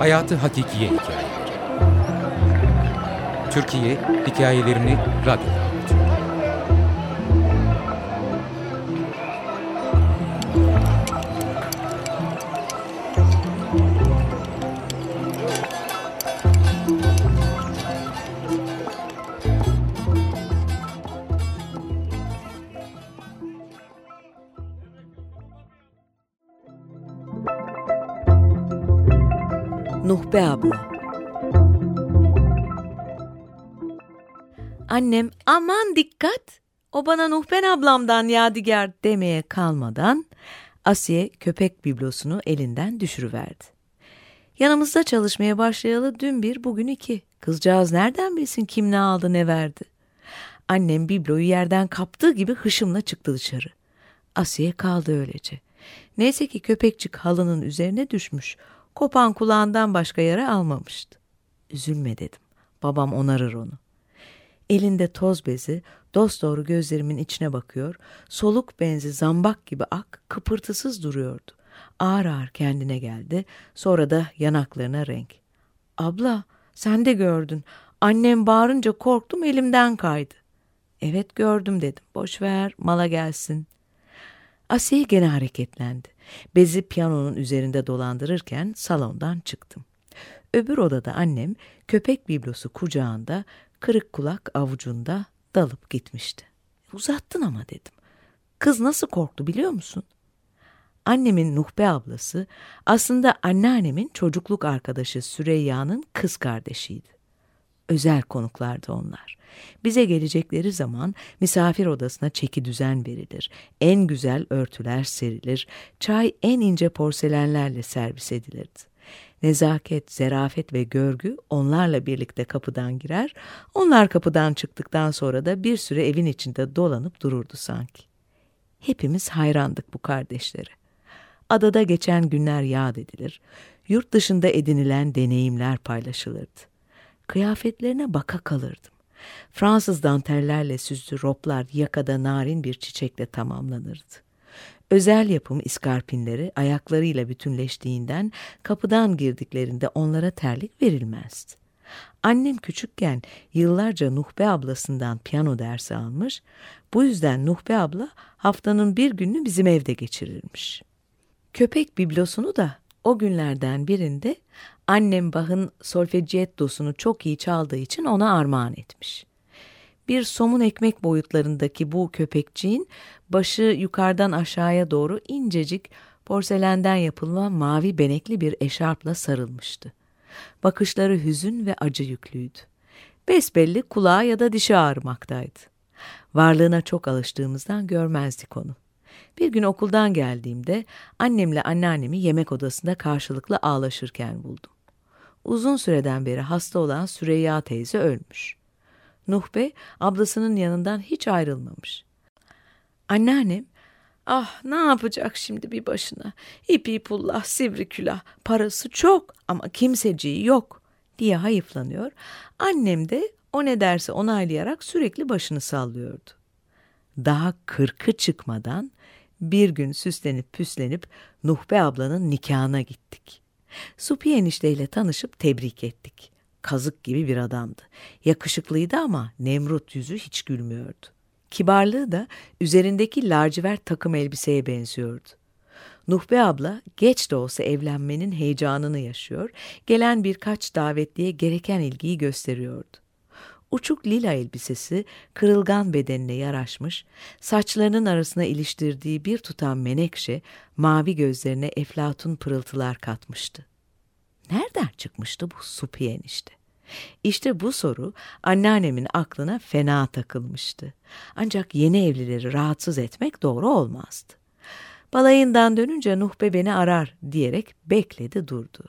Hayatı hakikiye hikayeleri. Türkiye hikayelerini radyoda anlatıyor. Nuhbe abla. Annem aman dikkat, o bana Nuhben ablamdan yadigar demeye kalmadan Asiye köpek biblosunu elinden düşürüverdi. Yanımızda çalışmaya başlayalı dün bir bugün iki. Kızcağız nereden bilsin kim ne aldı ne verdi. Annem bibloyu yerden kaptığı gibi hışımla çıktı dışarı. Asiye kaldı öylece. Neyse ki köpekçik halının üzerine düşmüş. Kopan kulağından başka yara almamıştı. Üzülme dedim. Babam onarır onu. Elinde toz bezi dosdoğru gözlerimin içine bakıyor. Soluk benzi zambak gibi ak, kıpırtısız duruyordu. Ağır ağır kendine geldi. Sonra da yanaklarına renk. Abla sen de gördün. Annem bağırınca korktum, elimden kaydı. Evet gördüm dedim. Boş ver, mala gelsin. Asiye gene hareketlendi. Bezi piyanonun üzerinde dolandırırken salondan çıktım. Öbür odada annem köpek biblosu kucağında, kırık kulak avucunda dalıp gitmişti. Uzattın ama dedim. Kız nasıl korktu biliyor musun? Annemin Nuhbe ablası aslında anneannemin çocukluk arkadaşı Süreyya'nın kız kardeşiydi. Özel konuklardı onlar. Bize gelecekleri zaman misafir odasına çekidüzen verilir, en güzel örtüler serilir, çay en ince porselenlerle servis edilirdi. Nezaket, zarafet ve görgü onlarla birlikte kapıdan girer, onlar kapıdan çıktıktan sonra da bir süre evin içinde dolanıp dururdu sanki. Hepimiz hayrandık bu kardeşlere. Adada geçen günler yad edilir, yurt dışında edinilen deneyimler paylaşılırdı. Kıyafetlerine baka kalırdım. Fransız dantellerle süslü roplar yakada narin bir çiçekle tamamlanırdı. Özel yapım iskarpinleri ayaklarıyla bütünleştiğinden kapıdan girdiklerinde onlara terlik verilmezdi. Annem küçükken yıllarca Nuhbe ablasından piyano dersi almış, bu yüzden Nuhbe abla haftanın bir gününü bizim evde geçirirmiş. Köpek biblosunu da o günlerden birinde annem Bach'ın solfeggietto'sunu çok iyi çaldığı için ona armağan etmiş. Bir somun ekmek boyutlarındaki bu köpekçiğin başı yukarıdan aşağıya doğru incecik porselenden yapılma mavi benekli bir eşarpla sarılmıştı. Bakışları hüzün ve acı yüklüydü. Besbelli kulağı ya da dişi ağrımaktaydı. Varlığına çok alıştığımızdan görmezdik onu. Bir gün okuldan geldiğimde annemle anneannemi yemek odasında karşılıklı ağlaşırken buldum. Uzun süreden beri hasta olan Süreyya teyze ölmüş. Nuhbe ablasının yanından hiç ayrılmamış. Anneannem, ah ne yapacak şimdi bir başına, ipi pullah sivri külah, parası çok ama kimseciği yok diye hayıflanıyor. Annem de o ne derse onaylayarak sürekli başını sallıyordu. Daha 40'ı çıkmadan bir gün süslenip püslenip Nuhbe ablanın nikahına gittik. Supi enişteyle tanışıp tebrik ettik. Kazık gibi bir adamdı. Yakışıklıydı ama Nemrut yüzü hiç gülmüyordu. Kibarlığı da üzerindeki lacivert takım elbiseye benziyordu. Nuhbe abla geç de olsa evlenmenin heyecanını yaşıyor, gelen birkaç davetliye gereken ilgiyi gösteriyordu. Uçuk lila elbisesi kırılgan bedenine yaraşmış, saçlarının arasına iliştirdiği bir tutam menekşe mavi gözlerine eflatun pırıltılar katmıştı. Nereden çıkmıştı bu Supi enişte? İşte bu soru anneannemin aklına fena takılmıştı. Ancak yeni evlileri rahatsız etmek doğru olmazdı. Balayından dönünce Nuhbe beni arar diyerek bekledi durdu.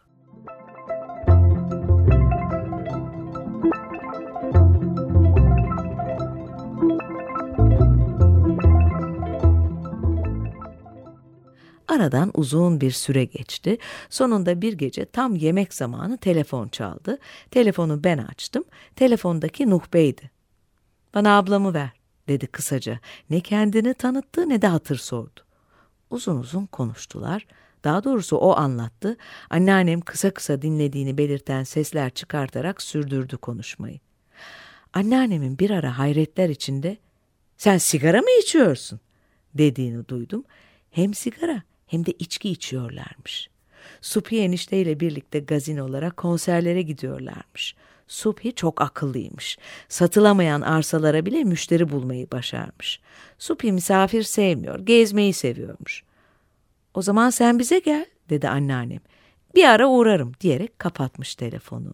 Aradan uzun bir süre geçti. Sonunda bir gece tam yemek zamanı telefon çaldı. Telefonu ben açtım. Telefondaki Nuhbe'ydi. Bana ablamı ver dedi kısaca. Ne kendini tanıttı ne de hatır sordu. Uzun uzun konuştular. Daha doğrusu o anlattı. Anneannem kısa kısa dinlediğini belirten sesler çıkartarak sürdürdü konuşmayı. Anneannemin bir ara hayretler içinde "Sen sigara mı içiyorsun?" dediğini duydum. Hem sigara hem de içki içiyorlarmış. Subhi enişteyle birlikte gazinolara, konserlere gidiyorlarmış. Subhi çok akıllıymış. Satılamayan arsalara bile müşteri bulmayı başarmış. Subhi misafir sevmiyor, gezmeyi seviyormuş. "O zaman sen bize gel," dedi anneannem. "Bir ara uğrarım," diyerek kapatmış telefonu.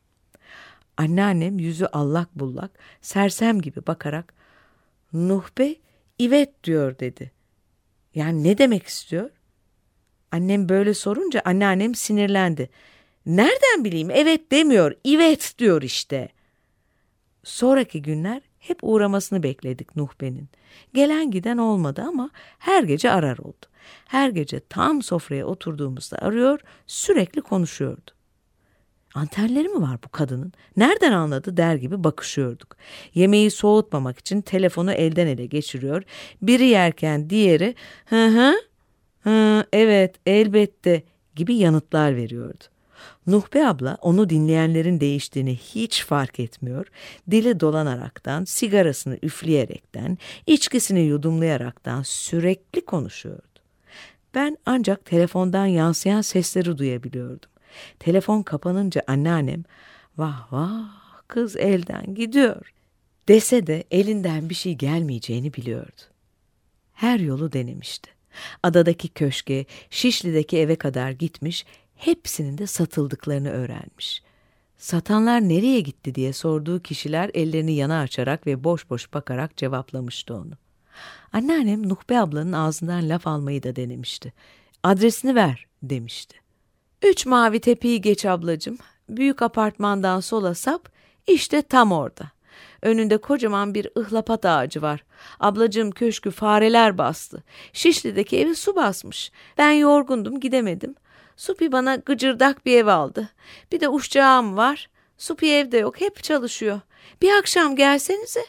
Anneannem yüzü allak bullak, sersem gibi bakarak "Nuh Bey, evet diyor," dedi. "Yani ne demek istiyor?" Annem böyle sorunca anneannem sinirlendi. "Nereden bileyim, evet demiyor, evet diyor işte." Sonraki günler hep uğramasını bekledik Nuh Bey'in. Gelen giden olmadı ama her gece arar oldu. Her gece tam sofraya oturduğumuzda arıyor, sürekli konuşuyordu. "Antenleri mi var bu kadının? Nereden anladı?" der gibi bakışıyorduk. Yemeği soğutmamak için telefonu elden ele geçiriyor. Biri yerken diğeri "Hı, evet, elbette," gibi yanıtlar veriyordu. Nuhbe abla onu dinleyenlerin değiştiğini hiç fark etmiyor, dili dolanaraktan, sigarasını üfleyerekten, içkisini yudumlayaraktan sürekli konuşuyordu. Ben ancak telefondan yansıyan sesleri duyabiliyordum. Telefon kapanınca anneannem "Vah vah, kız elden gidiyor," dese de elinden bir şey gelmeyeceğini biliyordu. Her yolu denemişti. Adadaki köşke, Şişli'deki eve kadar gitmiş, hepsinin de satıldıklarını öğrenmiş. Satanlar nereye gitti diye sorduğu kişiler ellerini yana açarak ve boş boş bakarak cevaplamıştı onu. Anneannem Nuhbe ablanın ağzından laf almayı da denemişti. "Adresini ver," demişti. "3 mavi tepeyi geç ablacığım. Büyük apartmandan sola sap, işte tam orada. Önünde kocaman bir ıhlapat ağacı var. Ablacığım, köşkü fareler bastı. Şişli'deki evi su basmış. Ben yorgundum, gidemedim. Supi bana gıcırdak bir ev aldı. Bir de uşağım var. Supi evde yok, hep çalışıyor. Bir akşam gelsenize."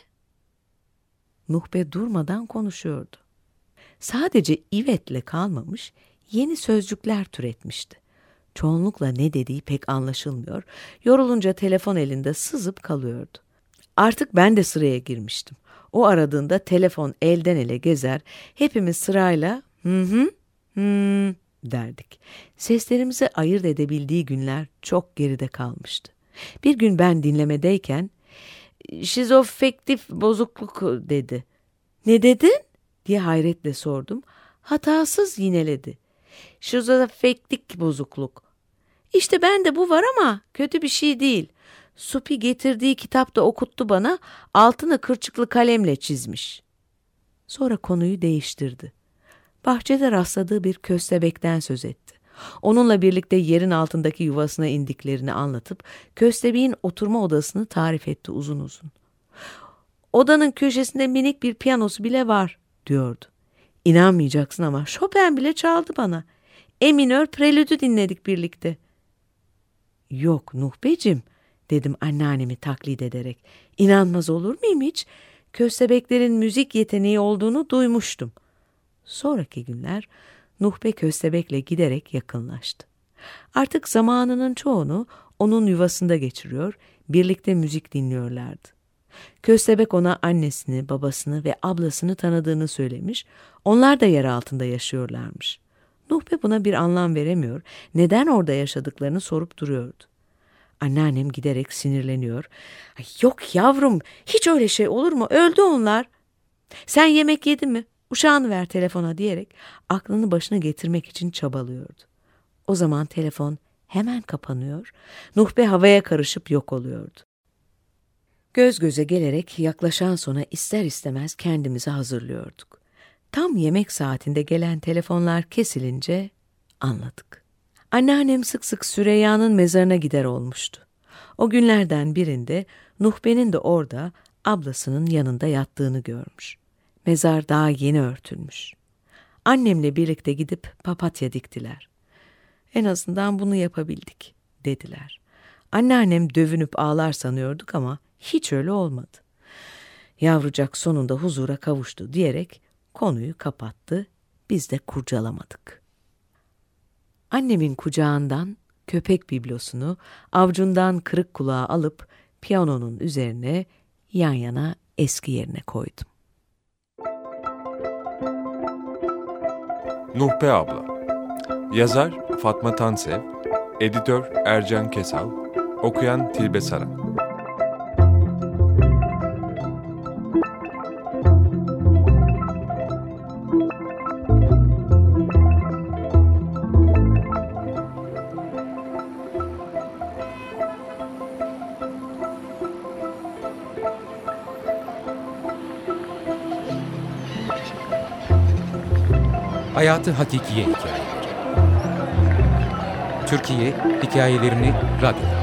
Nuhbe durmadan konuşuyordu. Sadece ivetle kalmamış, yeni sözcükler türetmişti. Çoğunlukla ne dediği pek anlaşılmıyor, yorulunca telefon elinde sızıp kalıyordu. Artık ben de sıraya girmiştim. O aradığında telefon elden ele gezer, hepimiz sırayla hı derdik. Seslerimizi ayırt edebildiği günler çok geride kalmıştı. Bir gün ben dinlemedeyken "Şizofektif bozukluk," dedi. "Ne dedin?" diye hayretle sordum. Hatasız yineledi. "Şizofektik bozukluk. İşte bende bu var ama kötü bir şey değil. Supi getirdiği kitapta okuttu bana, altını kırçıklı kalemle çizmiş." Sonra konuyu değiştirdi. Bahçede rastladığı bir köstebekten söz etti. Onunla birlikte yerin altındaki yuvasına indiklerini anlatıp köstebeğin oturma odasını tarif etti uzun uzun. "Odanın köşesinde minik bir piyanosu bile var," diyordu. "İnanmayacaksın ama Chopin bile çaldı bana. E minör prelüdü dinledik birlikte." "Yok Nuhbeciğim," dedim anneannemi taklit ederek. "İnanmaz olur muyum hiç? Köstebeklerin müzik yeteneği olduğunu duymuştum." Sonraki günler Nuhbe köstebekle giderek yakınlaştı. Artık zamanının çoğunu onun yuvasında geçiriyor, birlikte müzik dinliyorlardı. Köstebek ona annesini, babasını ve ablasını tanıdığını söylemiş, onlar da yer altında yaşıyorlarmış. Nuhbe buna bir anlam veremiyor, neden orada yaşadıklarını sorup duruyordu. Anneannem giderek sinirleniyor. "Yok yavrum, hiç öyle şey olur mu? Öldü onlar." "Sen yemek yedin mi? Uşağını ver telefona," diyerek aklını başına getirmek için çabalıyordu. O zaman telefon hemen kapanıyor, Nuhbe havaya karışıp yok oluyordu. Göz göze gelerek yaklaşan sona ister istemez kendimizi hazırlıyorduk. Tam yemek saatinde gelen telefonlar kesilince anladık. Anneannem sık sık Süreyya'nın mezarına gider olmuştu. O günlerden birinde Nuhbe'nin de orada ablasının yanında yattığını görmüş. Mezar daha yeni örtülmüş. Annemle birlikte gidip papatya diktiler. "En azından bunu yapabildik," dediler. Anneannem dövünüp ağlar sanıyorduk ama hiç öyle olmadı. "Yavrucak sonunda huzura kavuştu," diyerek konuyu kapattı, biz de kurcalamadık. Annemin kucağından köpek biblosunu, avcundan kırık kulağı alıp piyanonun üzerine yan yana eski yerine koydum. Nuhpe Abla. Yazar Fatma Tansev, editör Ercan Kesal, okuyan Tilbe Saran. Hayatı Hakikiye Hikayeleri. Türkiye hikayelerini radyoda.